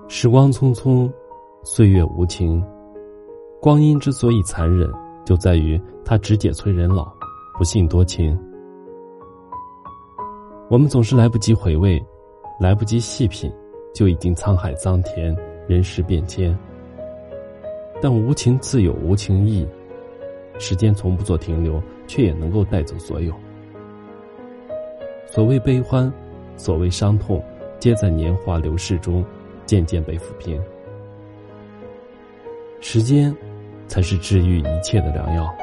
时光匆匆，岁月无情。光阴之所以残忍，就在于它只解催人老，不信多情。我们总是来不及回味，来不及细品，就已经沧海桑田，人事变迁。但无情自有无情意，时间从不做停留，却也能够带走所有。所谓悲欢，所谓伤痛，皆在年华流逝中渐渐被抚平。时间才是治愈一切的良药。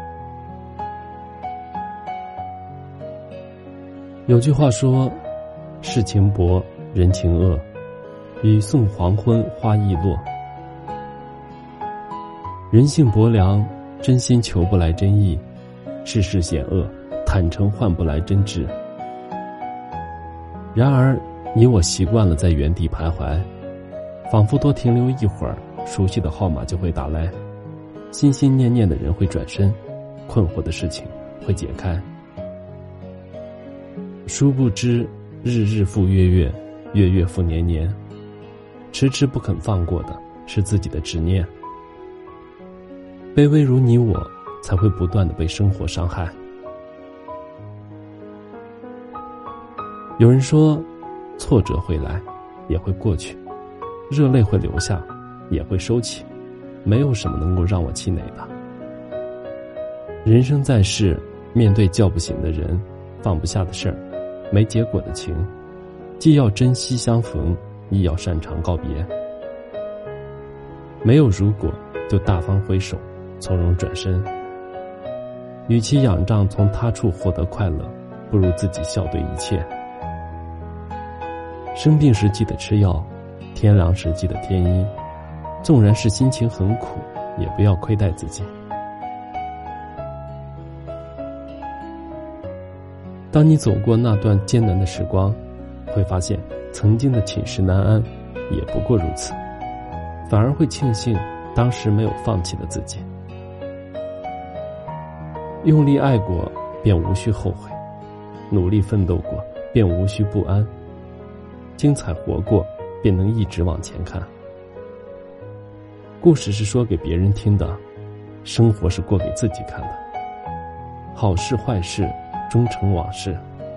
有句话说，世情薄，人情恶，雨送黄昏花易落。人性薄凉，真心求不来真意，世事险恶，坦诚换不来真挚。然而你我习惯了在原地徘徊，仿佛多停留一会儿，熟悉的号码就会打来，心心念念的人会转身，困惑的事情会解开。殊不知，日日复月月，月月复年年，迟迟不肯放过的是自己的执念。卑微如你我，才会不断的被生活伤害。有人说，挫折会来，也会过去，热泪会流下，也会收起，没有什么能够让我气馁的。人生在世，面对叫不醒的人，放不下的事儿，没结果的情，既要珍惜相逢，亦要擅长告别。没有如果，就大方挥手，从容转身。与其仰仗从他处获得快乐，不如自己笑对一切。生病时记得吃药，天凉时记得添衣，纵然是心情很苦，也不要亏待自己。当你走过那段艰难的时光，会发现曾经的寝食难安也不过如此，反而会庆幸当时没有放弃的自己。用力爱过，便无需后悔；努力奋斗过，便无需不安；精彩活过，便能一直往前看。故事是说给别人听的，生活是过给自己看的。好事坏事，终成往事。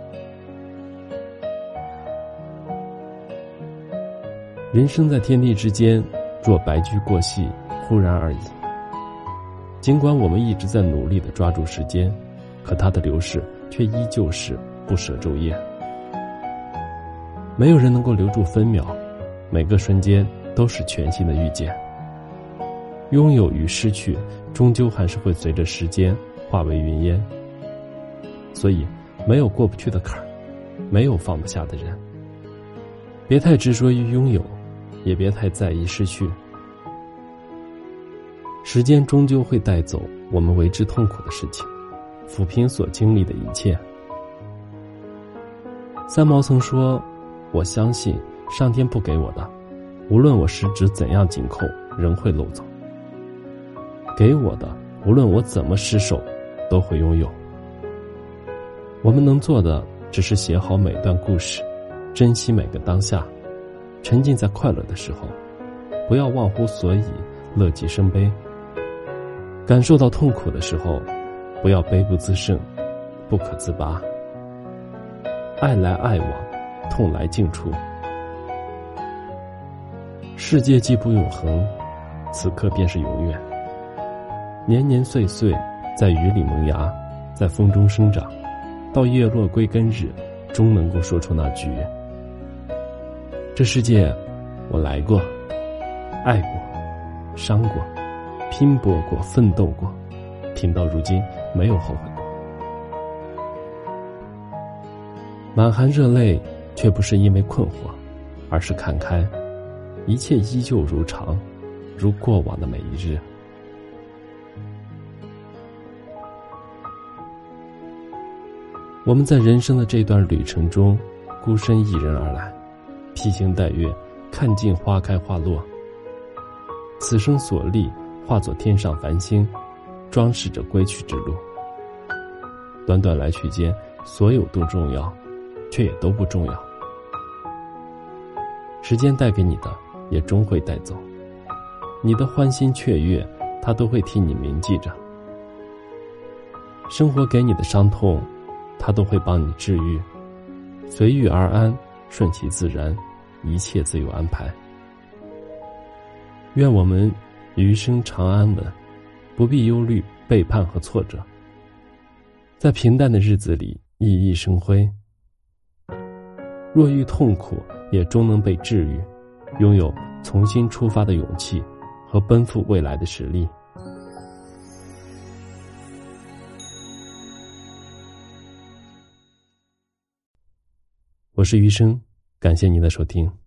人生在天地之间，若白驹过隙，忽然而已。尽管我们一直在努力地抓住时间，可它的流逝却依旧是不舍昼夜。没有人能够留住分秒，每个瞬间都是全新的遇见。拥有与失去，终究还是会随着时间化为云烟。所以，没有过不去的坎儿，没有放不下的人。别太执着于拥有，也别太在意失去。时间终究会带走我们为之痛苦的事情，抚平所经历的一切。三毛曾说，我相信上天不给我的，无论我十指怎样紧扣，仍会漏走；给我的，无论我怎么失手，都会拥有。我们能做的，只是写好每段故事，珍惜每个当下，沉浸在快乐的时候，不要忘乎所以，乐极生悲。感受到痛苦的时候，不要悲不自胜，不可自拔。爱来爱往，痛来静处。世界既不永恒，此刻便是永远。年年岁岁，在雨里萌芽，在风中生长，到叶落归根日，终能够说出那句：这世界，我来过，爱过，伤过，拼搏过，奋斗过，挺到如今，没有后悔过。满含热泪，却不是因为困惑，而是看开，一切依旧如常，如过往的每一日。我们在人生的这段旅程中，孤身一人而来，披星戴月，看尽花开花落。此生所历，化作天上繁星，装饰着归去之路。短短来去间，所有都重要，却也都不重要。时间带给你的， 也终会带走。你的欢欣雀跃，它都会替你铭记着。生活给你的伤痛，它都会帮你治愈。随遇而安，顺其自然，一切自有安排。愿我们余生长安稳，不必忧虑背叛和挫折，在平淡的日子里熠熠生辉。若遇痛苦，也终能被治愈，拥有重新出发的勇气和奔赴未来的实力。我是余生，感谢您的收听。